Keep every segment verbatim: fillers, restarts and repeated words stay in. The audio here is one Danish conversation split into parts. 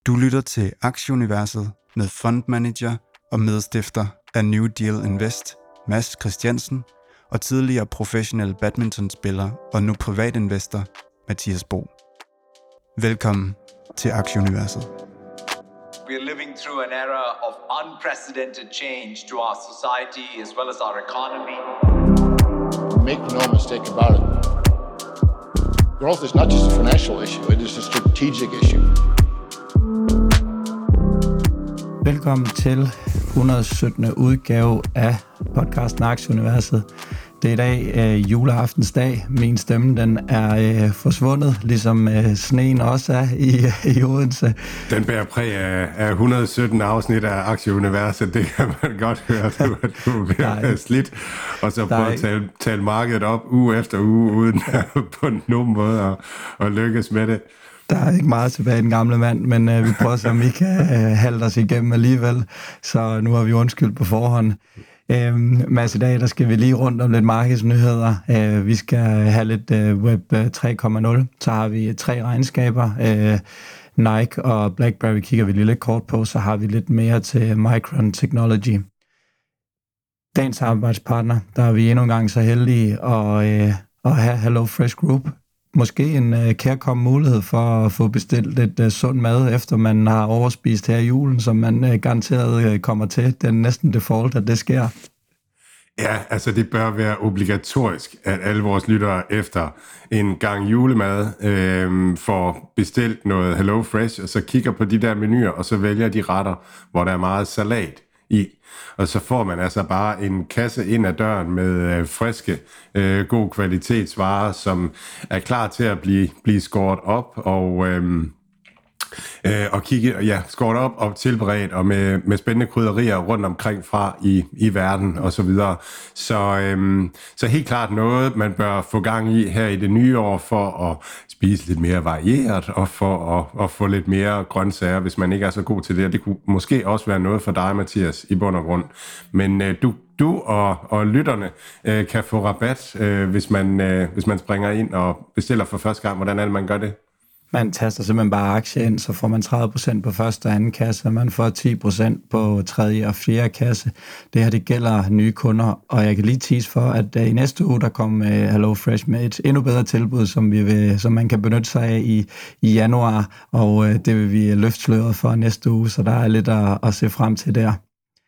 Du lytter til Aktieuniverset med fondmanager og medstifter af New Deal Invest, Mads Christiansen, og tidligere professionel badmintonspiller og nu privatinvestor, Mathias Bo. Velkommen til Aktieuniverset. We are living through an era of unprecedented change to our society as well as our economy. Make no mistake about it. Growth is not just a financial issue, it is a strategic issue. Velkommen til et hundrede og syttende udgave af podcasten Aktieuniverset. Det er i dag øh, juleaftensdag. Min stemme den er øh, forsvundet, ligesom øh, sneen også er i, i Odense. Den bærer præg af, af et hundrede og sytten afsnit af Aktieuniverset. Det kan man godt høre, du, du er ved at være slidt. Og så prøve at tale, tale markedet op uge efter uge, uden på nogen måde at, at lykkes med det. Der er ikke meget tilbage i den gamle mand, men øh, vi prøver at se, om vi kan øh, halde os igennem alligevel. Så nu har vi undskyldt på forhånd. Øhm, Mads, i dag der skal vi lige rundt om lidt markedsnyheder. Øh, vi skal have lidt øh, Web tre punkt nul. Så har vi tre regnskaber. Øh, Nike og BlackBerry kigger vi lige lidt kort på. Så har vi lidt mere til Micron Technology. Dagens samarbejdspartner, der er vi endnu en gang så heldige at, øh, at have HelloFresh Group. Måske en uh, kærkommen mulighed for at få bestilt lidt uh, sund mad, efter man har overspist her i julen, som man uh, garanteret uh, kommer til. Det er næsten default, at det sker. Ja, altså det bør være obligatorisk, at alle vores lyttere efter en gang julemad øh, får bestilt noget HelloFresh, og så kigger på de der menuer, og så vælger de retter, hvor der er meget salat i. Og så får man altså bare en kasse ind ad døren med øh, friske, øh, god kvalitetsvarer, som er klar til at blive, blive skåret op og, øh, øh, og kigge, ja, skåret op og tilberedt og med, med spændende krydderier rundt omkring fra i, i verden og så videre. Så, øh, så helt klart noget, man bør få gang i her i det nye år for at spise lidt mere varieret og for at, at få lidt mere grøntsager, hvis man ikke er så god til det. Det kunne måske også være noget for dig, Mathias, i bund og grund. Men øh, du, du og, og lytterne øh, kan få rabat, øh, hvis, man, øh, hvis man springer ind og bestiller for første gang. Hvordan er det, man gør det? Man taster simpelthen bare aktier ind, så får man tredive procent på første og anden kasse, og man får ti procent på tredje og fjerde kasse. Det her, det gælder nye kunder, og jeg kan lige tease for, at i næste uge, der kommer HelloFresh med et endnu bedre tilbud, som, vi vil, som man kan benytte sig af i, i januar, og det vil vi løfte sløret for næste uge, så der er lidt at, at se frem til der.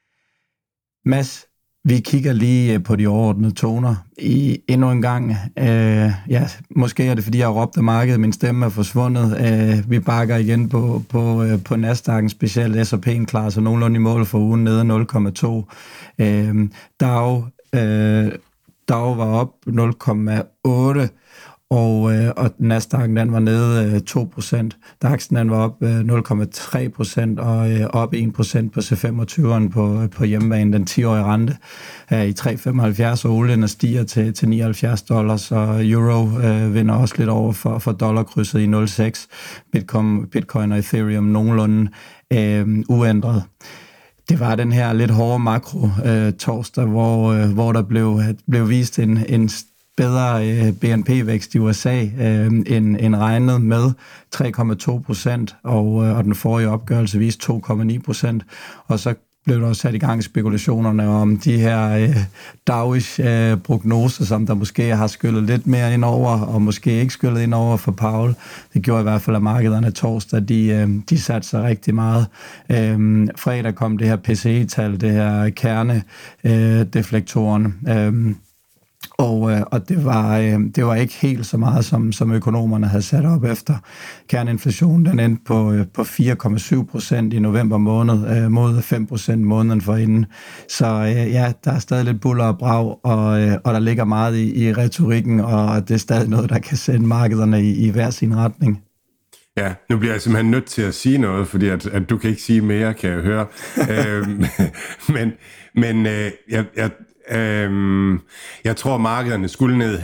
Mads, vi kigger lige på de overordnede toner i endnu en gang. Øh, ja, måske er det, fordi jeg har råbt af markedet, min stemme er forsvundet. Øh, vi bakker igen på, på, på Nasdaq'en, specielt S og P'en klar, så nogenlunde i mål for ugen nede nul komma to. Øh, Dow, øh, Dow var op nul komma otte, og, øh, og Nasdaq'en den var nede øh, to procent. DAX'en den var op øh, nul komma tre procent og øh, op en procent på C femogtyveren på, på hjemmebane. Den ti-årige rente er i tre komma femoghalvfjerds, og olien stiger til, til nioghalvfjerds dollars, og euro øh, vinder også lidt over for, for dollarkrydset i nul komma seks. Bitcoin, Bitcoin og Ethereum nogenlunde øh, uændret. Det var den her lidt hårde makro øh, torsdag, hvor, øh, hvor der blev, blev vist en, en bedre øh, B N P-vækst i U S A øh, end, end regnet med tre komma to procent, og, øh, og den forrige opgørelse viste to komma ni procent, og så blev der også sat i gang spekulationerne om de her øh, Dowish øh, prognoser, som der måske har skyllet lidt mere ind over, og måske ikke skyllet ind over for Powell. Det gjorde i hvert fald, at markederne torsdag, de, øh, de satte sig rigtig meget. Øh, fredag kom det her P C E-tal, det her kernedeflektoren, øh, Og, øh, og det, var, øh, det var ikke helt så meget, som, som økonomerne havde sat op efter. Kerneinflationen den endte på, øh, på fire komma syv procent i november måned, øh, mod fem procent måneden forinden. Så øh, ja, der er stadig lidt buller og brag, og, øh, og der ligger meget i, i retorikken, og det er stadig noget, der kan sende markederne i, i hver sin retning. Ja, nu bliver jeg simpelthen nødt til at sige noget, fordi at, at du kan ikke sige mere, kan jeg høre. øhm, men men øh, jeg... jeg Øhm, jeg tror, markederne skulle ned her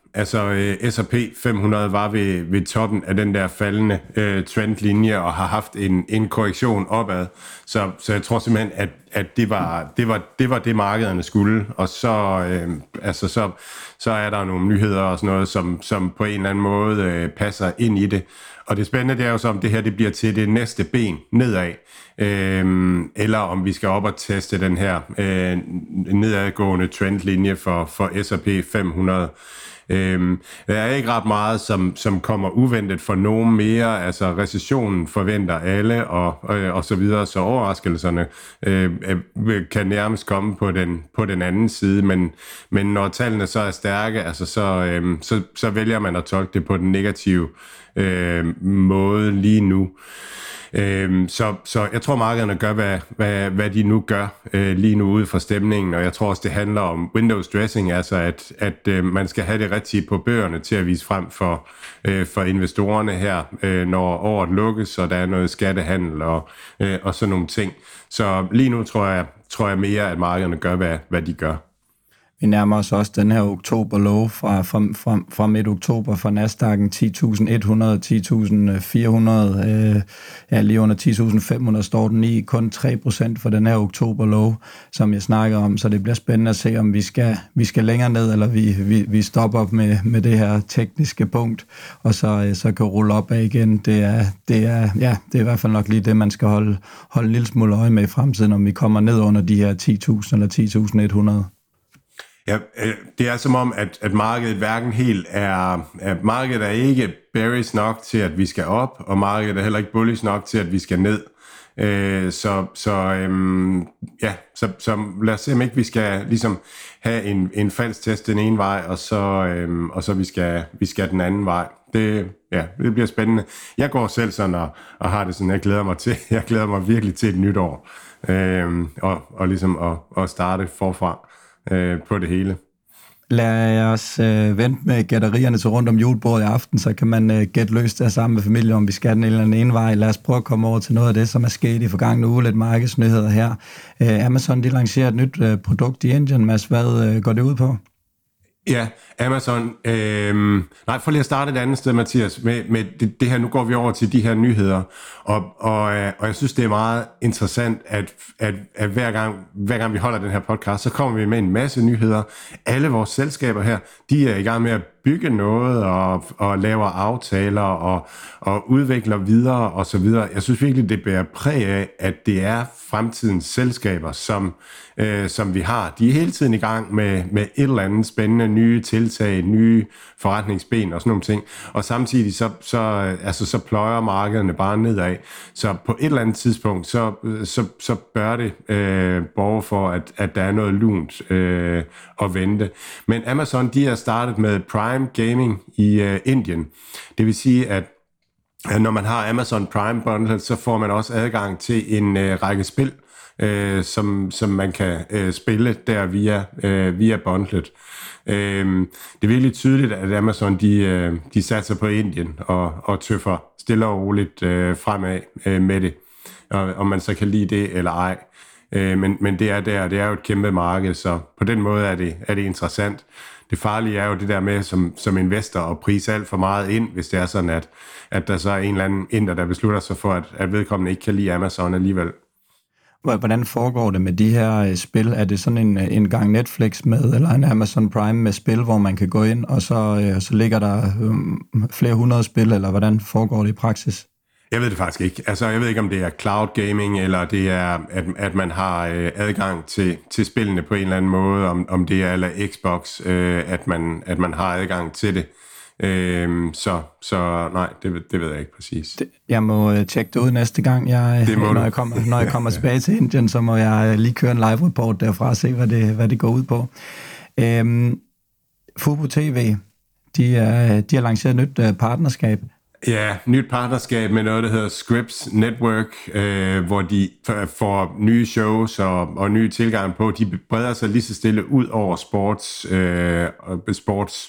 Altså øh, S og P fem hundrede var ved, ved toppen af den der faldende øh, trendlinje og har haft en, en korrektion opad. Så, så jeg tror simpelthen, at, at det, var, det, var, det var det, markederne skulle. Og så, øh, altså, så, så er der nogle nyheder og sådan noget, som, som på en eller anden måde øh, passer ind i det. Og det spændende, det er jo så, om det her det bliver til det næste ben nedad, øh, eller om vi skal op og teste den her øh, nedadgående trendlinje for, for S og P fem hundrede. Øhm, der er ikke ret meget, som, som kommer uventet for nogen mere. Altså recessionen forventer alle, og, og, og så videre, så overraskelserne øh, kan nærmest komme på den, på den anden side. Men, men når tallene så er stærke, altså så, øh, så, så vælger man at tolke det på den negative øh, måde lige nu. Øhm, så, så jeg tror, markederne gør, hvad, hvad, hvad de nu gør øh, lige nu ude fra stemningen, og jeg tror også, det handler om windows dressing, altså at, at øh, man skal have det rigtige på bøgerne til at vise frem for, øh, for investorerne her, øh, når året lukkes, og der er noget skattehandel og, øh, og sådan nogle ting. Så lige nu tror jeg, tror jeg mere, at markederne gør, hvad, hvad de gør. Vi nærmer os også den her oktober-low fra, fra, fra, fra midt oktober fra Nasdaq'en ti tusind et hundrede, ti tusind fire hundrede, øh, ja, lige under ti tusind fem hundrede står den i, kun tre procent for den her oktober-low, som jeg snakker om, så det bliver spændende at se, om vi skal, vi skal længere ned, eller vi, vi, vi stopper op med, med det her tekniske punkt, og så, så kan rulle op af igen. Det er, det, er, ja, det er i hvert fald nok lige det, man skal holde, holde en lille smule øje med i fremtiden, om vi kommer ned under de her ti tusind eller ti tusind et hundrede. Ja, det er som om, at, at markedet hverken helt er, at markedet er ikke bearish nok til, at vi skal op, og markedet er heller ikke bullish nok til, at vi skal ned. Øh, så, så, øhm, ja, så, så lad os se, om ikke vi skal ligesom have en, en falsk test den ene vej, og så, øhm, og så vi skal, vi skal den anden vej. Det, ja, det bliver spændende. Jeg går selv sådan og, og har det sådan, jeg glæder mig til, jeg glæder mig virkelig til et nyt år, øhm, og, og ligesom at, at starte forfra på det hele. Lad os øh, vente med gætterierne til rundt om julebordet i aften, så kan man øh, gætte løs der sammen med familien, om vi skal den eller den ene vej. Lad os prøve at komme over til noget af det, som er sket i forgangne uge, lidt markedsnyheder her. Øh, Amazon, de lancerer et nyt øh, produkt i Indien. Mads, hvad øh, går det ud på? Ja, Amazon. Øh, nej, for lige at starte et andet sted, Mathias, med, med det, det her, nu går vi over til de her nyheder, og, og, og jeg synes, det er meget interessant, at, at, at hver, gang, hver gang vi holder den her podcast, så kommer vi med en masse nyheder. Alle vores selskaber her, de er i gang med at bygge noget, og, og laver aftaler, og, og udvikler videre, og så videre. Jeg synes virkelig, det bærer præg af, at det er fremtidens selskaber, som, øh, som vi har. De er hele tiden i gang med, med et eller andet spændende, nye tiltag, nye forretningsben og sådan nogle ting. Og samtidig så, så, altså, så pløjer markederne bare nedad. Så på et eller andet tidspunkt, så, så, så bør det øh, borge for, at, at der er noget lunt øh, at vente. Men Amazon, de er startet med Prime Gaming i øh, Indien. Det vil sige, at når man har Amazon Prime Bundle, så får man også adgang til en øh, række spil, øh, som, som man kan øh, spille der via, øh, via bundlet. Øh, det er virkelig tydeligt, at Amazon de, øh, de satser på Indien og, og tøffer stille og roligt øh, fremad øh, med det. Og, om man så kan lide det eller ej. Øh, men, men det er der, det er jo et kæmpe marked, så på den måde er det, er det interessant. Det farlige er jo det der med som, som investor at prise alt for meget ind, hvis det er sådan, at, at der så er en eller anden inder, der beslutter sig for, at, at vedkommende ikke kan lide Amazon alligevel. Hvordan foregår det med de her spil? Er det sådan en, en gang Netflix med, eller en Amazon Prime med spil, hvor man kan gå ind, og så, så ligger der um, flere hundrede spil, eller hvordan foregår det i praksis? Jeg ved det faktisk ikke. Altså, jeg ved ikke, om det er cloud gaming, eller det er, at, at man har øh, adgang til, til spillene på en eller anden måde, om, om det er eller Xbox, øh, at, man, at man har adgang til det. Øh, så, så nej, det, det ved jeg ikke præcis. Det, jeg må øh, tjekke det ud næste gang, jeg, når, jeg kommer, når jeg kommer tilbage til Indien, så må jeg lige køre en live-report derfra og se, hvad det, hvad det går ud på. Øh, Fubo T V, de, er, de har lanceret et nyt øh, partnerskab. Ja, nyt partnerskab med noget, der hedder Scripps Network, øh, hvor de får nye shows og, og nye tilgang på. De breder sig lige så stille ud over sports, øh, sports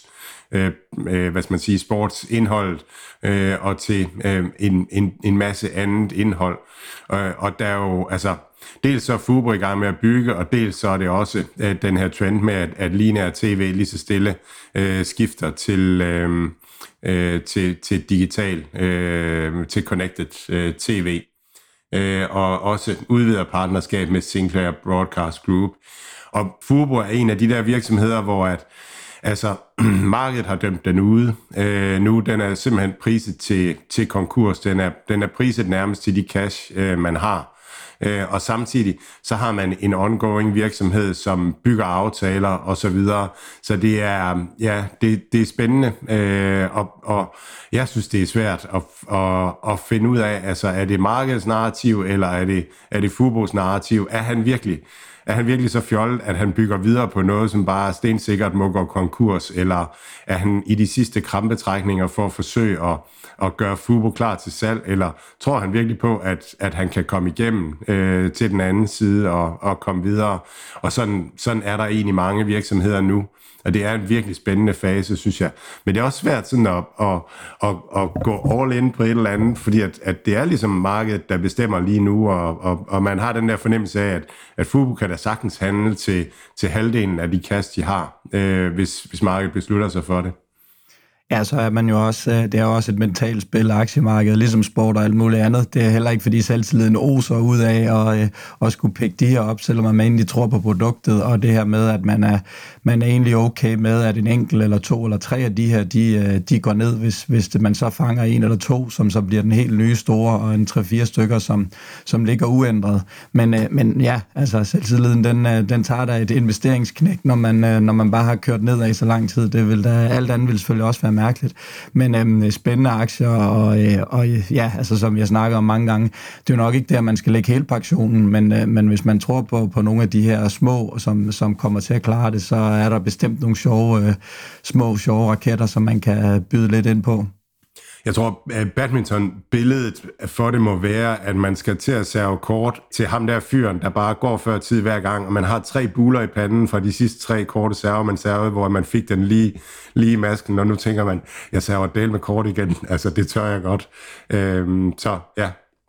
øh, øh, hvad skal man sige, sportsindholdet øh, og til øh, en, en, en masse andet indhold. Øh, og der er jo, altså, dels så er Fubo i gang med at bygge, og dels så er det også øh, den her trend med, at, at lineær tv lige så stille øh, skifter til, øh, øh, til, til digital, øh, til connected øh, tv. Øh, og også udvider partnerskab med Sinclair Broadcast Group. Og Fubo er en af de der virksomheder, hvor at, altså, markedet har dømt den ude. Øh, nu den er simpelthen priset til, til konkurs. Den er, den er priset nærmest til de cash, øh, man har. Øh, og samtidig så har man en ongoing virksomhed, som bygger aftaler og så videre. Så det er, ja, det, det er spændende, øh, og, og jeg synes, det er svært at, at, at finde ud af, altså er det markedets narrativ, eller er det, er det Fubos narrativ? Er han virkelig... Er han virkelig så fjollet, at han bygger videre på noget, som bare stensikkert må gå konkurs, eller er han i de sidste krampetrækninger for at forsøge at, at gøre Fubo klar til salg, eller tror han virkelig på, at, at han kan komme igennem øh, til den anden side og, og komme videre? Og sådan, sådan er der egentlig mange virksomheder nu, og det er en virkelig spændende fase, synes jeg. Men det er også svært sådan at, at, at, at gå all in på et eller andet, fordi at, at det er ligesom markedet, der bestemmer lige nu, og, og, og man har den der fornemmelse af, at, at Fubo kan da sagtens handle til, til halvdelen af de kast, de har, øh, hvis, hvis markedet beslutter sig for det. Ja, så er man jo også, det er jo også et mentalt spil, aktiemarkedet, ligesom sport og alt muligt andet. Det er heller ikke, fordi selvtilliden oser ud af at, at skulle pikke de her op, selvom man egentlig tror på produktet, og det her med, at man er, man er egentlig okay med, at en enkelt eller to eller tre af de her, de, de går ned, hvis, hvis det, man så fanger en eller to, som så bliver den helt nye store, og en tre-fire stykker, som, som ligger uændret. Men, men ja, altså selvtilliden, den, den tager da et investeringsknæk, når man, når man bare har kørt nedad i så lang tid. Det vil da, alt andet vil selvfølgelig også være mærkeligt, men øhm, spændende aktier, og, øh, og ja, altså som jeg snakker om mange gange, det er jo nok ikke der, man skal lægge hele pensionen, men, øh, men hvis man tror på, på nogle af de her små, som, som kommer til at klare det, så er der bestemt nogle sjove, øh, små, sjove raketter, som man kan byde lidt ind på. Jeg tror, at badminton-billedet for det må være, at man skal til at serve kort til ham der fyren, der bare går før tid hver gang, og man har tre buler i panden fra de sidste tre korte server, man servede, hvor man fik den lige, lige i masken, og nu tænker man, jeg server del med kort igen. Altså, det tør jeg godt. Øhm, så, ja.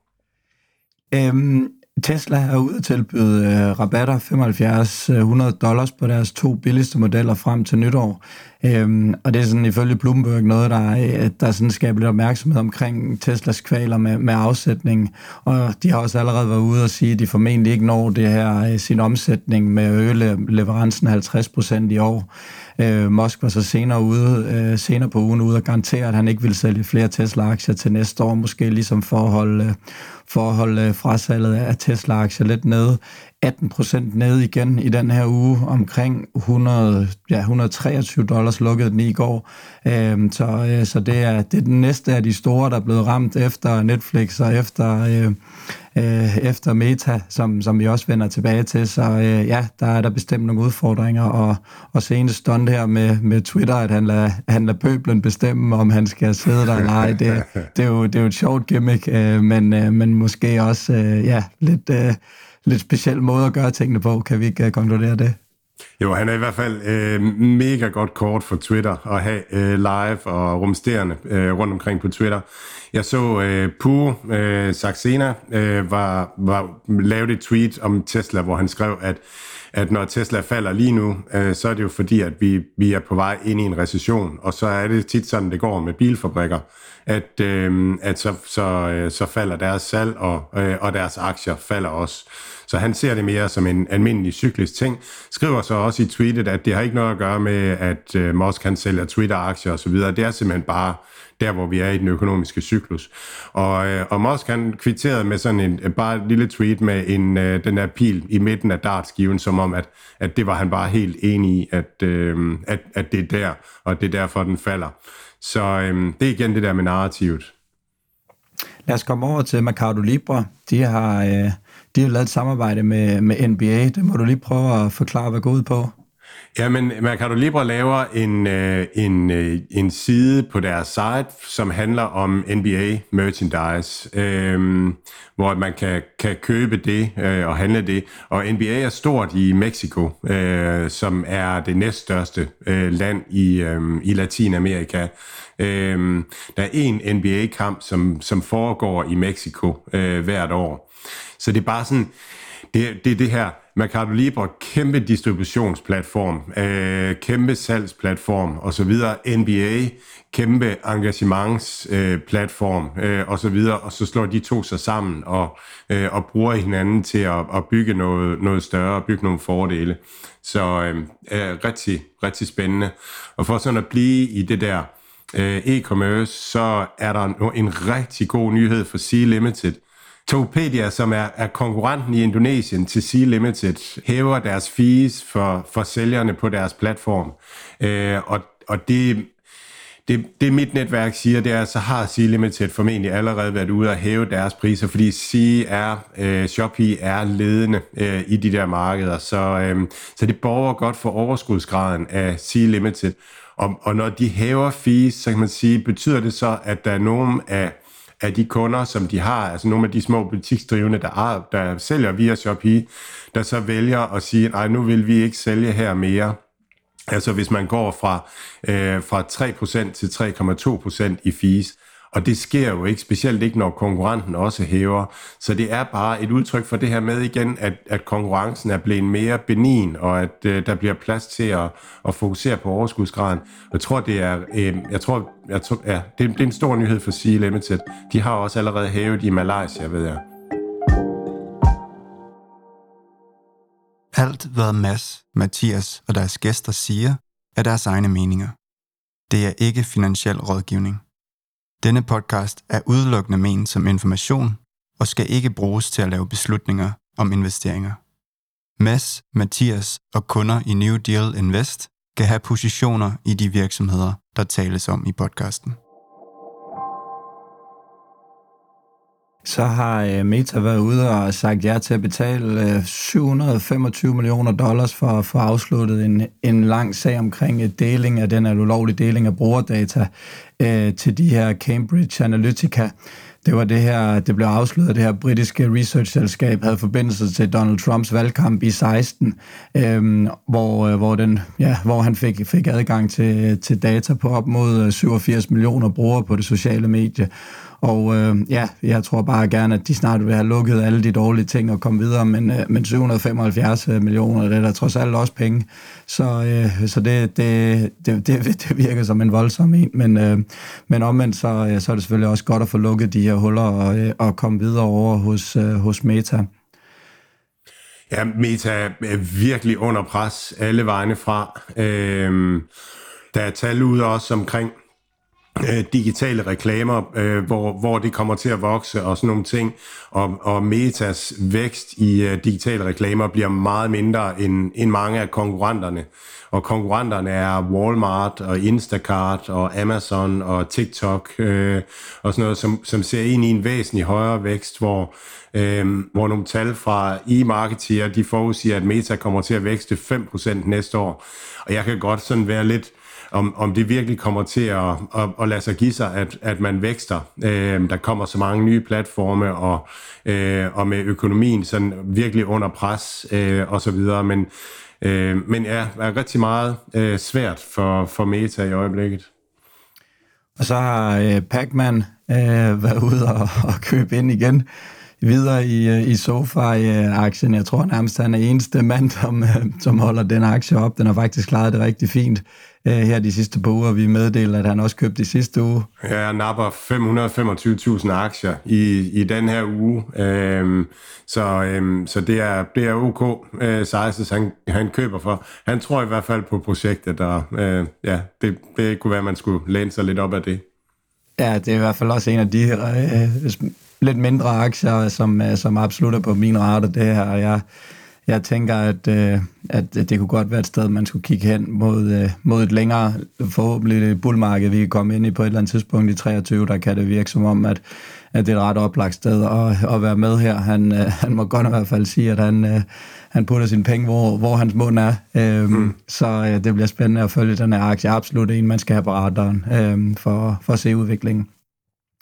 Øhm, Tesla er ude at tilbyde øh, rabatter, femoghalvfjerds hundrede dollars på deres to billigste modeller frem til nytår. Øhm, og det er sådan ifølge Bloomberg noget, der, der sådan skaber lidt opmærksomhed omkring Teslas kvaler med, med afsætningen. Og de har også allerede været ude og sige, at de formentlig ikke når det her sin omsætning med at øge leverancen halvtreds procent i år. Øh, Musk var så senere, ude, øh, senere på ugen ude og garantere, at han ikke vil sælge flere Tesla-aktier til næste år, måske ligesom for at holde, for at holde frasalget af Tesla-aktier lidt nede. atten procent ned igen i den her uge, omkring hundrede, ja, et hundrede og treogtyve dollars lukkede den i går. Øhm, så, øh, så det er, det er den næste af de store, der er blevet ramt efter Netflix og efter, øh, øh, efter Meta, som, som vi også vender tilbage til. Så øh, ja, der er der bestemt nogle udfordringer, og, og senest stund her med, med Twitter, at han lader, han lader pøblen bestemme, om han skal sidde der eller ej. Det, det, er jo, det er jo et sjovt gimmick, øh, men, øh, men måske også øh, ja, lidt... Øh, lidt speciel måde at gøre tingene på. Kan vi ikke uh, konkludere det? Jo, han er i hvert fald øh, mega godt kort for Twitter at have øh, live og rumsterende øh, rundt omkring på Twitter. Jeg så øh, Puro øh, Saxena øh, var, var lavet et tweet om Tesla, hvor han skrev, at at når Tesla falder lige nu, øh, så er det jo fordi, at vi, vi er på vej ind i en recession, og så er det tit sådan, det går med bilfabrikker, at, øh, at så, så, øh, så falder deres salg, og, øh, og deres aktier falder også. Så han ser det mere som en almindelig cyklisk ting. Skriver så også i tweetet, at det har ikke noget at gøre med, at øh, Musk kan sælge Twitter-aktier osv. Det er simpelthen bare der, hvor vi er i den økonomiske cyklus. Og, øh, og Musk han kvitterede med sådan en, bare et lille tweet med en, øh, den der pil i midten af dartskiven, som om, at, at det var han bare helt enig i, at, øh, at, at det er der, og det er derfor, den falder. Så øh, det er igen det der med narrativet. Lad os komme over til Mercado Libre. De har, øh, de har lavet et samarbejde med, med N B A. Det må du lige prøve at forklare, hvad går ud på. Ja, men Mercado Libre laver en, en, en side på deres site, som handler om N B A merchandise, øhm, hvor man kan, kan købe det øh, og handle det. Og N B A er stort i Mexico, øh, som er det næststørste øh, land i, øh, i Latinamerika. Øh, der er en N B A-kamp, som, som foregår i Mexico øh, hvert år. Så det er bare sådan, det, det er det her, Mercado Libre, kæmpe distributionsplatform, øh, kæmpe salgsplatform osv., N B A, kæmpe engagementsplatform øh, osv., og så slår de to sig sammen og, øh, og bruger hinanden til at, at bygge noget, noget større, bygge nogle fordele. Så øh, er rigtig, rigtig spændende. Og for sådan at blive i det der øh, e-commerce, så er der en, en rigtig god nyhed for Sea Limited. Tokopedia, som er, er konkurrenten i Indonesien til Sea Limited, hæver deres fees for, for sælgerne på deres platform. Øh, og og det, det, det mit netværk siger, det er, så har Sea Limited formentlig allerede været ude og hæve deres priser, fordi Sea er, øh, Shopee er ledende øh, i de der markeder. Så, øh, så det borger godt for overskudsgraden af Sea Limited. Og, og når de hæver fees, så kan man sige, betyder det så, at der er nogen af af de kunder, som de har, altså nogle af de små butiksdrivende, der, er, der sælger via Shopee, der så vælger at sige, nej, nu vil vi ikke sælge her mere. Altså hvis man går fra, øh, fra tre procent til tre komma to procent i fees, og det sker jo ikke, specielt ikke, når konkurrenten også hæver. Så det er bare et udtryk for det her med igen, at, at konkurrencen er blevet mere benin, og at øh, der bliver plads til at, at fokusere på overskudsgraden. Jeg tror, det er, øh, jeg tror, jeg tror, ja, det, det er en stor nyhed for Sea Limited. De har også allerede hævet i Malaysia, ved jeg. Alt, hvad Mads, Mathias og deres gæster siger, er deres egne meninger. Det er ikke finansiel rådgivning. Denne podcast er udelukkende ment som information og skal ikke bruges til at lave beslutninger om investeringer. Mads, Mathias og kunder i New Deal Invest kan have positioner i de virksomheder, der tales om i podcasten. Så har Meta været ude og sagt ja til at betale syv hundrede og femogtyve millioner dollars for at få afsluttet en, en lang sag omkring deling af den ulovlige deling af brugerdata øh, til de her Cambridge Analytica. Det var det her, det blev afsløret, at det her britiske research-selskab havde forbindelse til Donald Trumps valgkamp i seksten, øh, hvor, øh, hvor, den, ja, hvor han fik, fik adgang til, til data på op mod syvogfirs millioner brugere på det sociale medie. Og øh, ja, jeg tror bare gerne, at de snart vil have lukket alle de dårlige ting og komme videre, men, øh, men syv hundrede og femoghalvfjerds millioner, det er der trods alt også penge. Så, øh, så det, det, det, det, det virker som en voldsom en, men, øh, men omvendt så, så er det selvfølgelig også godt at få lukket de her huller og, øh, og komme videre over hos, øh, hos Meta. Ja, Meta er virkelig under pres alle vegne fra. Øh, der er tal ude også omkring Øh, digitale reklamer, øh, hvor, hvor det kommer til at vokse og sådan nogle ting, og, og Metas vækst i øh, digitale reklamer bliver meget mindre end, end mange af konkurrenterne. Og konkurrenterne er Walmart og Instacart og Amazon og TikTok øh, og sådan noget, som, som ser ind i en væsentlig højere vækst, hvor, øh, hvor nogle tal fra e-marketeer, de forudsiger, at Meta kommer til at vækste fem procent næste år. Og jeg kan godt sådan være lidt Om, om det virkelig kommer til at, at, at lade sig give sig, at, at man vækster. Øh, der kommer så mange nye platforme, og, øh, og med økonomien sådan virkelig under pres, øh, og så videre. Men, øh, men ja, er rigtig meget øh, svært for, for Meta i øjeblikket. Og så har øh, Pacman øh, været ude og, og købe ind igen. Videre i, i SoFi-aktien. Jeg tror nærmest, han er eneste mand, som, som holder den aktie op. Den har faktisk klaret det rigtig fint her de sidste par uger. Vi meddeler, at han også købte i sidste uge. Ja, jeg napper fem hundrede og femogtyve tusind aktier i, i den her uge. Øhm, så, øhm, så det er, det er OK øh, sizes, han, han køber for. Han tror i hvert fald på projektet, og øh, ja, det, det kunne være, at man skulle læne sig lidt op af det. Ja, det er i hvert fald også en af de øh, lidt mindre aktier, som, som absolut er på min rate, det her. Jeg, jeg tænker, at, at det kunne godt være et sted, man skulle kigge hen mod, mod et længere, forhåbentlig bullmarked, vi kan komme ind i på et eller andet tidspunkt i treogtyve, der kan det virke som om, at, at det er et ret oplagt sted at, at være med her. Han, han må godt i hvert fald sige, at han, han putter sine penge, hvor, hvor hans mund er. Mm. Så det bliver spændende at følge den her aktie. Absolut en, man skal have på radaren for, for at se udviklingen.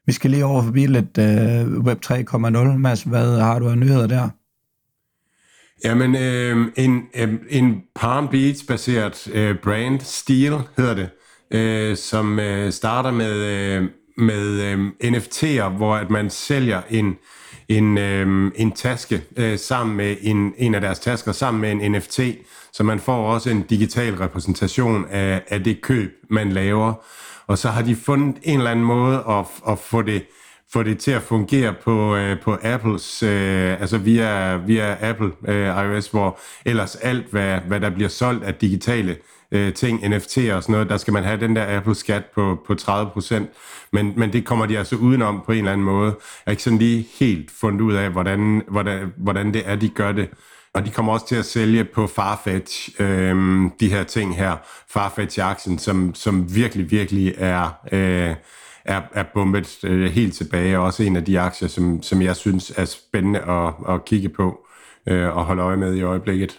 Vi skal lige over forbi lidt uh, Web tre komma nul. Mads, hvad har du af nyheder der? Jamen, øh, en, øh, en Palm Beach-baseret øh, brand, Steel hedder det, øh, som øh, starter med, øh, med øh, N F T'er, hvor at man sælger en, en, øh, en taske øh, sammen med en, en af deres tasker, sammen med en N F T, så man får også en digital repræsentation af, af det køb, man laver. Og så har de fundet en eller anden måde at, at få det få det til at fungere på, øh, på Apples, øh, altså via, via Apple øh, iOS, hvor ellers alt, hvad, hvad der bliver solgt af digitale øh, ting, N F T'er og sådan noget, der skal man have den der Apple-skat på, på tredive procent, men, men det kommer de altså udenom på en eller anden måde. Jeg har ikke sådan lige helt fundet ud af, hvordan, hvordan, hvordan det er, de gør det. Og de kommer også til at sælge på Farfetch, øh, de her ting her, Farfetch-aktien, som, som virkelig, virkelig er... Øh, Er, er bumpet øh, helt tilbage, og også en af de aktier, som, som jeg synes er spændende at, at kigge på øh, og holde øje med i øjeblikket.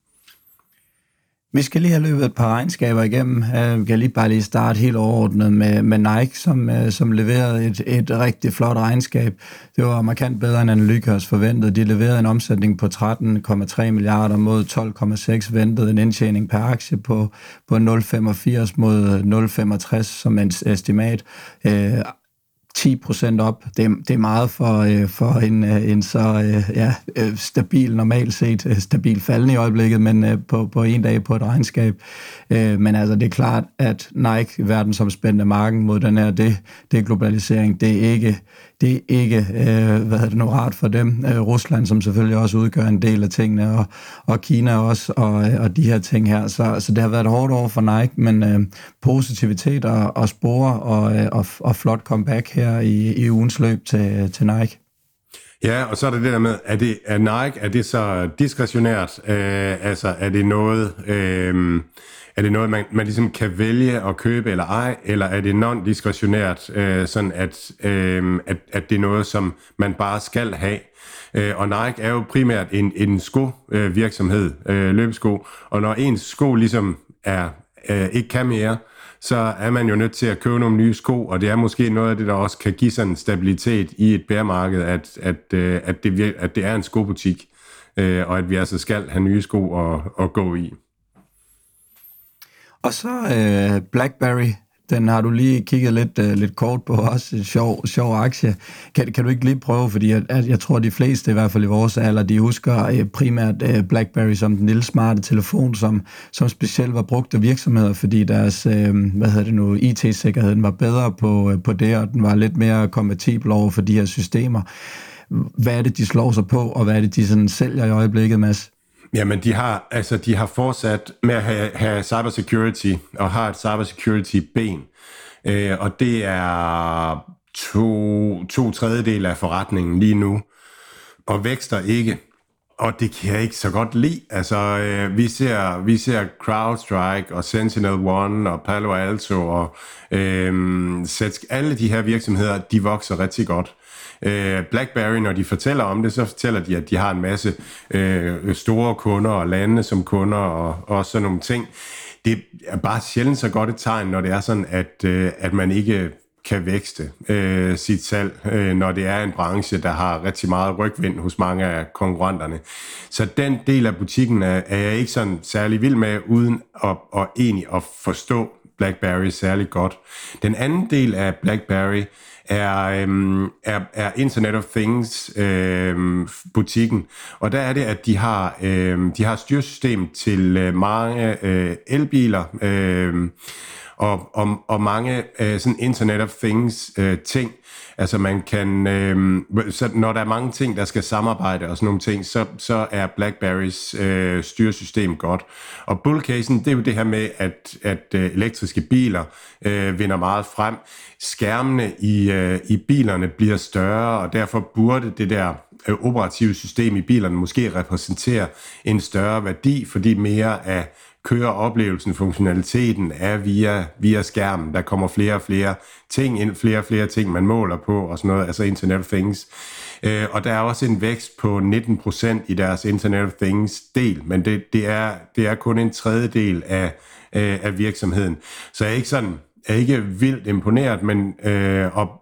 Vi skal lige have løbet et par regnskaber igennem. Vi kan lige bare lige starte helt overordnet med, med Nike, som, som leverede et, et rigtig flot regnskab. Det var markant bedre end Analytics forventet. De leverede en omsætning på tretten komma tre milliarder mod tolv komma seks ventet, en indtjening per aktie på, på nul komma femogfirs mod nul komma femogtres som en estimat. ti procent op. Det, det er meget for, øh, for en, en så øh, ja, stabil, normalt set øh, stabil faldende i øjeblikket, men øh, på, på en dag på et regnskab. Øh, men altså, det er klart, at Nike, verdensomspændende marken mod den her det, det globalisering, det er ikke, det er ikke øh, hvad er det nu, rart for dem. Øh, Rusland, som selvfølgelig også udgør en del af tingene, og, og Kina også, og, og de her ting her. Så, så det har været hårdt over for Nike, men øh, positivitet og, og spore og, og, og flot comeback her i, i ugens løb til, til Nike. Ja, og så er det det der med, er, det, er Nike, er det så diskretionært? Øh, altså, er det noget, øh, er det noget man, man ligesom kan vælge at købe eller ej, eller er det non-diskretionært, øh, sådan at, øh, at, at det er noget, som man bare skal have? Øh, og Nike er jo primært en, en sko-virksomhed, øh, løbesko, og når ens sko ligesom er, øh, ikke kan mere, så er man jo nødt til at købe nogle nye sko, og det er måske noget af det, der også kan give sådan en stabilitet i et bæremarked, at, at, at, det, at det er en skobutik, og at vi altså skal have nye sko at, at gå i. Og så øh, BlackBerry, den har du lige kigget lidt, uh, lidt kort på, også en sjov, sjov aktie. Kan, kan du ikke lige prøve, fordi jeg, jeg tror, de fleste, i hvert fald i vores alder, de husker uh, primært uh, BlackBerry som den lille smarte telefon, som, som specielt var brugt af virksomheder, fordi deres uh, hvad hedder det nu, I T-sikkerheden var bedre på, uh, på det, og den var lidt mere kompatibel over for de her systemer. Hvad er det, de slår sig på, og hvad er det, de sådan sælger i øjeblikket, Mads? Jamen, de har, altså, de har fortsat med at have, have cybersecurity, og har et cybersecurity-ben. Øh, og det er to, to tredjedel af forretningen lige nu, og vækster ikke. Og det kan jeg ikke så godt lide. Altså, øh, vi ser, vi ser CrowdStrike og SentinelOne og Palo Alto og øh, alle de her virksomheder, de vokser rigtig godt. BlackBerry, når de fortæller om det, så fortæller de, at de har en masse øh, store kunder og lande som kunder og, og sådan nogle ting. Det er bare sjældent så godt et tegn, når det er sådan, at, øh, at man ikke kan vækste øh, sit salg, øh, når det er en branche, der har rigtig meget rygvind hos mange af konkurrenterne. Så den del af butikken er, er jeg ikke sådan særlig vild med, uden at, at egentlig at forstå BlackBerry særlig godt. Den anden del af BlackBerry er, øhm, er, er Internet of Things øhm, butikken, og der er det, at de har, øhm, de har styresystem til øh, mange øh, elbiler øh, og, og, og mange øh, sådan Internet of Things øh, ting. Altså man kan, øh, så når der er mange ting, der skal samarbejde og sådan nogle ting, så, så er BlackBerrys øh, styresystem godt. Og bullcasen, det er jo det her med, at, at øh, elektriske biler øh, vinder meget frem. Skærmene i, øh, i bilerne bliver større, og derfor burde det der øh, operative system i bilerne måske repræsentere en større værdi, fordi mere af køreoplevelsen, funktionaliteten er via, via skærmen. Der kommer flere og flere ting ind, flere og flere ting, man måler på, og sådan noget, altså Internet of Things. Øh, og der er også en vækst på nitten procent i deres Internet of Things del, men det, det, er, det er kun en tredjedel af, øh, af virksomheden. Så jeg er ikke sådan, er ikke vildt imponeret, men, øh, og,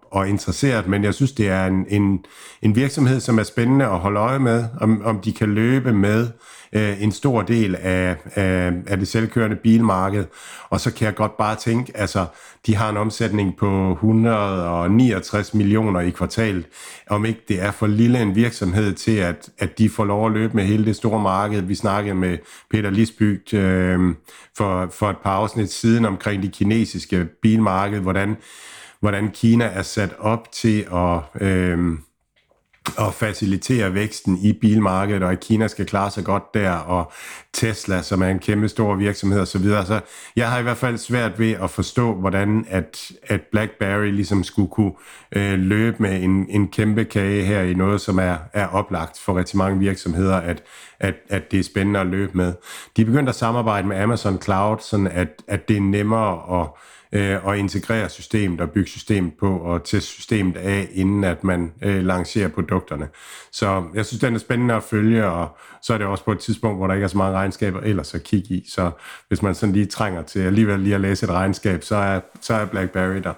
og interesseret, men jeg synes, det er en, en, en virksomhed, som er spændende at holde øje med, om, om de kan løbe med øh, en stor del af, af, af det selvkørende bilmarked. Og så kan jeg godt bare tænke, altså, de har en omsætning på et hundrede og niogtres millioner i kvartalet. Om ikke det er for lille en virksomhed til, at, at de får lov at løbe med hele det store marked. Vi snakkede med Peter Lisbyg øh, for, for et par afsnit siden omkring de kinesiske bilmarked, hvordan, hvordan Kina er sat op til at... Øh, og facilitere væksten i bilmarkedet, og at Kina skal klare sig godt der, og Tesla, som er en kæmpe stor virksomhed osv. Så jeg har i hvert fald svært ved at forstå, hvordan at, at BlackBerry ligesom skulle kunne øh, løbe med en, en kæmpe kage her i noget, som er, er oplagt for rigtig mange virksomheder, at, at, at det er spændende at løbe med. De er begyndt at samarbejde med Amazon Cloud, sådan at, at det er nemmere at og integrere systemet og bygge systemet på og teste systemet af, inden at man øh, lancerer produkterne. Så jeg synes, den er spændende at følge, og så er det også på et tidspunkt, hvor der ikke er så mange regnskaber ellers at kigge i. Så hvis man sådan lige trænger til alligevel lige at læse et regnskab, så er, så er BlackBerry der.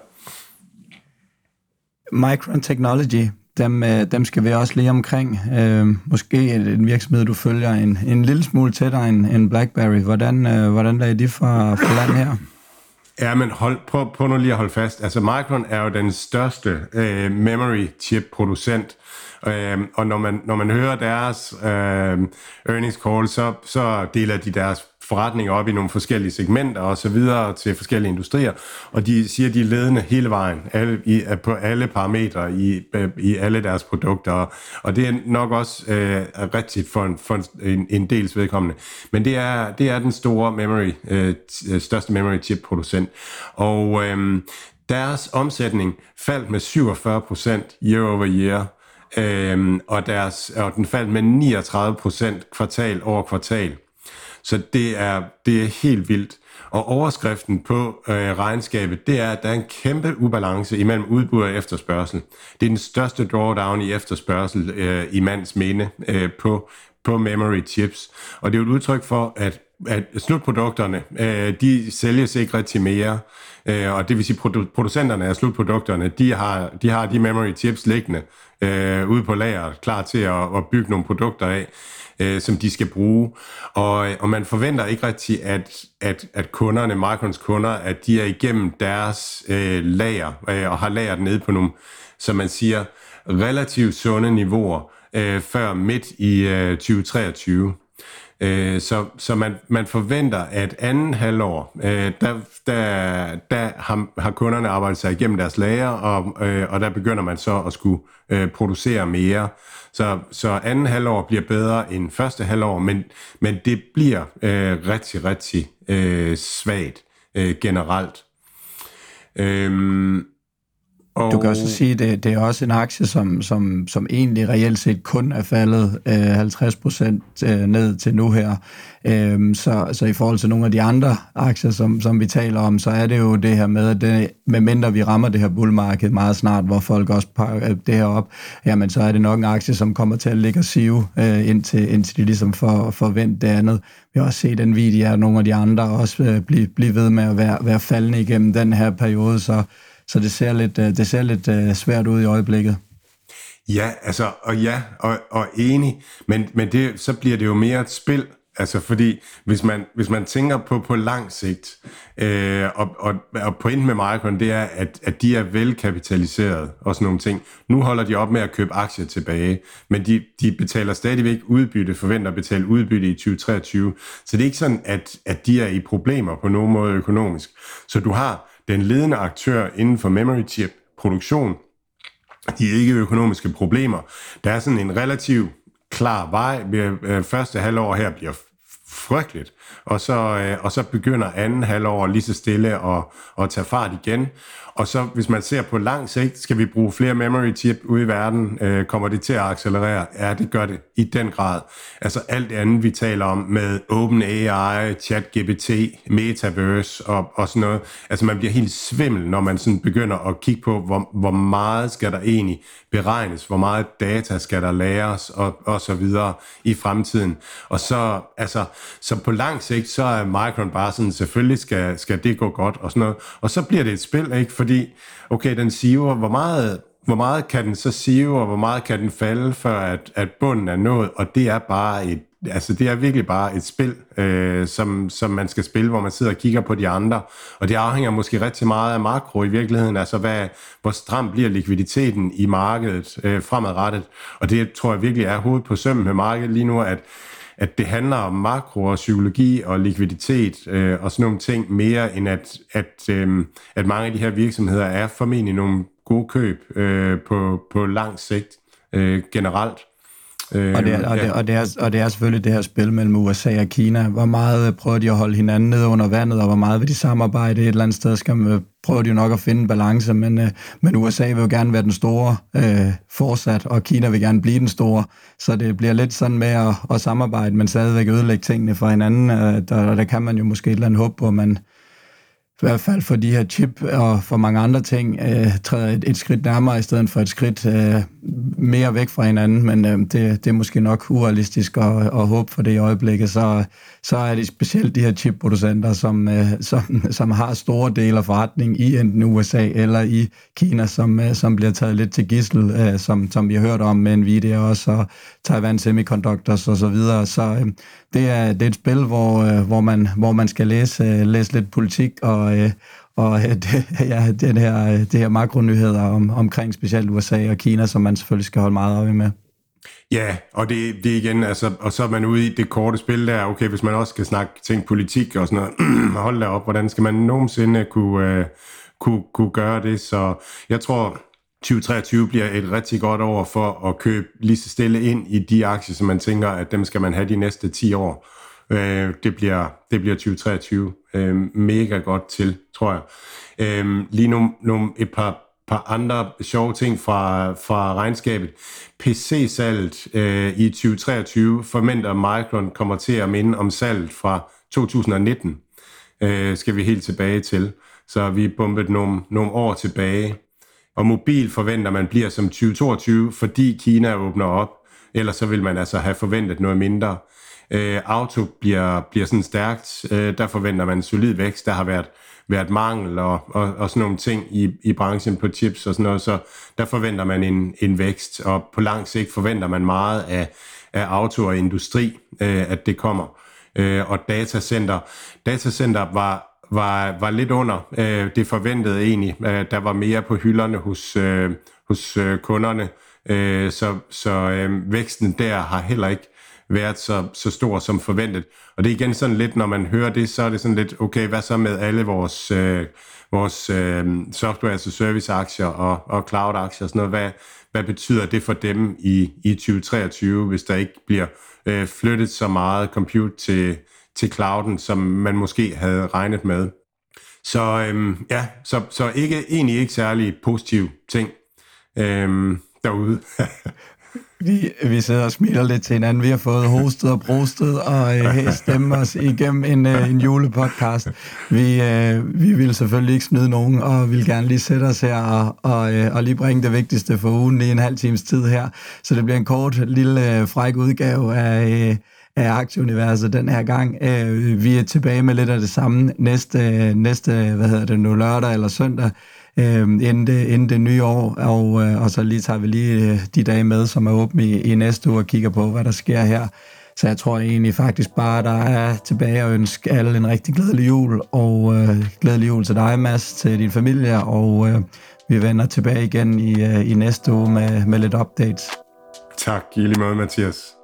Micron Technology, dem, dem skal vi også lige omkring. Øh, måske en virksomhed, du følger en, en lille smule tættere end, end BlackBerry. Hvordan, øh, hvordan lader de fra, fra land her? Ja, men hold, prøv, prøv nu lige at holde fast. Altså, Micron er jo den største øh, memory chip producent, øh, og når man, når man hører deres øh, earnings call, så, så deler de deres forretninger op i nogle forskellige segmenter og så videre til forskellige industrier, og de siger, de er ledende hele vejen alle, i, på alle parametre i, i alle deres produkter, og det er nok også øh, rigtigt for, en, for en, en dels vedkommende. Men det er, det er den store memory, øh, største memory chip producent, og øh, deres omsætning faldt med syvogfyrre procent year over year, øh, og, deres, og den faldt med niogtredive procent kvartal over kvartal. Så det er, det er helt vildt. Og overskriften på øh, regnskabet, det er, at der er en kæmpe ubalance imellem udbud og efterspørgsel. Det er den største drawdown i efterspørgsel øh, i mands minde øh, på, på memory chips. Og det er jo et udtryk for, at, at slutprodukterne, øh, de sælges ikke rigtig mere. Øh, og det vil sige, produ- producenterne af slutprodukterne, de har de, har de memory chips liggende øh, ude på lageret, klar til at, at bygge nogle produkter af, som de skal bruge, og, og man forventer ikke rigtig, at, at, at kunderne, Microns kunder, at de er igennem deres øh, lager, øh, og har lageret nede på nogle, som man siger, relativt sunde niveauer, øh, før midt i øh, tyve treogtyve. Øh, så så man, man forventer, at anden halvår, øh, der, der, der har, har kunderne arbejdet sig igennem deres lager, og, øh, og der begynder man så at skulle øh, producere mere. Så, så anden halvår bliver bedre end første halvår, men, men det bliver øh, rigtig, rigtig øh, svagt øh, generelt. Øhm, og... Du kan også sige, at det, det er også en aktie, som, som, som egentlig reelt set kun er faldet øh, halvtreds procent øh, ned til nu her. Øhm, så, så i forhold til nogle af de andre aktier, som, som vi taler om, så er det jo det her med, at det, medmindre vi rammer det her bullmarked meget snart, hvor folk også pakker det her op, jamen så er det nok en aktie, som kommer til at ligge og sive, øh, indtil, indtil de ligesom får, får vendt det andet. Vi har også set den video, at nogle af de andre også øh, blive, blive ved med at være, være faldende igennem den her periode, så Så det ser lidt, det ser lidt uh, svært ud i øjeblikket. Ja, altså, og ja, og, og enig, men, men det, så bliver det jo mere et spil, altså fordi, hvis man, hvis man tænker på på lang sigt, øh, og, og, og pointen med Micron, det er, at, at de er velkapitaliseret og sådan nogle ting. Nu holder de op med at købe aktier tilbage, men de, de betaler stadigvæk udbytte, forventer at betale udbytte i tyve treogtyve, så det er ikke sådan, at, at de er i problemer på nogen måde økonomisk. Så du har den ledende aktør inden for memory chip produktion, de er ikke økonomiske problemer. Der er sådan en relativ klar vej. Første halvår her bliver frygteligt, og så, og så begynder anden halvår lige så stille at, at tage fart igen. Og så hvis man ser på lang sigt, skal vi bruge flere memory chip ude i verden, øh, kommer det til at accelerere? Ja, det gør det i den grad. Altså alt det andet, vi taler om med OpenAI, ChatGPT, Metaverse og, og sådan noget. Altså man bliver helt svimmel, når man sådan begynder at kigge på, hvor, hvor meget skal der egentlig beregnes, hvor meget data skal der læres og, og så videre i fremtiden. Og så, altså, så på lang sigt, så er Micron bare sådan, selvfølgelig skal, skal det gå godt og sådan noget. Og så bliver det et spil, ikke? Fordi, okay, den siver, hvor meget, hvor meget kan den så sive, og hvor meget kan den falde, før at, at bunden er nået, og det er bare et Altså, det er virkelig bare et spil, øh, som, som man skal spille, hvor man sidder og kigger på de andre. Og det afhænger måske rigtig meget af makro i virkeligheden. Altså, hvad, hvor stram bliver likviditeten i markedet øh, fremadrettet. Og det tror jeg virkelig er hovedet på sømmen med markedet lige nu, at, at det handler om makro og psykologi og likviditet øh, og sådan nogle ting mere, end at, at, øh, at mange af de her virksomheder er formentlig nogle gode køb øh, på, på lang sigt øh, generelt. Og det, er, og, det, og, det er, og det er selvfølgelig det her spil mellem U S A og Kina. Hvor meget prøver de at holde hinanden nede under vandet, og hvor meget vil de samarbejde? Et eller andet sted skal man, prøver de jo nok at finde en balance, men, øh, men U S A vil jo gerne være den store øh, fortsat, og Kina vil gerne blive den store. Så det bliver lidt sådan med at, at samarbejde, men stadigvæk ødelægge tingene for hinanden. Øh, der, der kan man jo måske et eller andet håb på, at man i hvert fald for de her chip og for mange andre ting, øh, træder et, et skridt nærmere i stedet for et skridt øh, mere væk fra hinanden, men øh, det, det er måske nok urealistisk at, at håbe for det i øjeblikket. Så, så er det specielt de her chipproducenter, som, øh, som, som har store dele af forretning i enten U S A eller i Kina, som, øh, som bliver taget lidt til gidsel, øh, som, som vi har hørt om med Nvidia også, og Taiwan Semiconductors og så videre. Så øh, det, er, det er et spil, hvor, øh, hvor, man, hvor man skal læse, øh, læse lidt politik og øh, og det, ja, det her, det her makronyheder om, omkring specielt U S A og Kina, som man selvfølgelig skal holde meget øje med. Ja, og det, det igen, altså, og så er man ude i det korte spil der, okay, hvis man også skal snakke ting politik og sådan noget, hold da op, hvordan skal man nogensinde kunne, uh, kunne, kunne gøre det, så jeg tror, tyve treogtyve bliver et rigtig godt år for at købe lige så stille ind i de aktier, som man tænker, at dem skal man have de næste ti år. Uh, det, bliver, det bliver tyve treogtyve uh, mega godt til, tror jeg. Uh, lige nu, nu et par par andre sjove ting fra, fra regnskabet. P C-salget øh, i tyve treogtyve forventer Micron kommer til at minde om salget fra to tusind nitten. Øh, skal vi helt tilbage til. Så vi er bumpet nogle, nogle år tilbage. Og mobil forventer man bliver som tyve toogtyve, fordi Kina åbner op. Ellers så vil man altså have forventet noget mindre. Øh, auto bliver, bliver sådan stærkt. Øh, der forventer man solid vækst. Der har været været mangel og, og, og sådan nogle ting i, i branchen på chips og sådan noget, så der forventer man en, en vækst, og på lang sigt forventer man meget af, af auto og industri, øh, at det kommer. Øh, og datacenter, datacenter var, var, var lidt under øh, det forventede egentlig. Øh, der var mere på hylderne hos, øh, hos øh, kunderne, øh, så, så øh, væksten der har heller ikke været så, så stor som forventet. Og det er igen sådan lidt, når man hører det, så er det sådan lidt, okay, hvad så med alle vores, øh, vores øh, software as a service aktier og, og cloud aktier og sådan noget, hvad, hvad betyder det for dem i, i tyve treogtyve, hvis der ikke bliver øh, flyttet så meget compute til, til clouden, som man måske havde regnet med. Så øh, ja, så, så ikke, egentlig ikke særlig positiv ting øh, derude. Vi, vi sidder og smiler lidt til hinanden. Vi har fået hostet og brostet og øh, stemme os igennem en, øh, en julepodcast. Vi, øh, vi vil selvfølgelig ikke snyde nogen, og vil gerne lige sætte os her og, og, øh, og lige bringe det vigtigste for ugen i en halv times tid her. Så det bliver en kort, lille, øh, fræk udgave af, øh, af aktieuniverset den her gang. Øh, vi er tilbage med lidt af det samme næste, næste hvad hedder det nu, lørdag eller søndag. Øh, inden, det, inden det nye år, og, øh, og så lige tager vi lige øh, de dage med, som er åbne i, i næste uge, og kigger på, hvad der sker her. Så jeg tror egentlig faktisk bare, der er tilbage at ønske alle en rigtig glædelig jul, og øh, glædelig jul til dig, Mads, til din familie, og øh, vi vender tilbage igen i, øh, i næste uge med, med lidt updates. Tak, i lige måde, Mathias.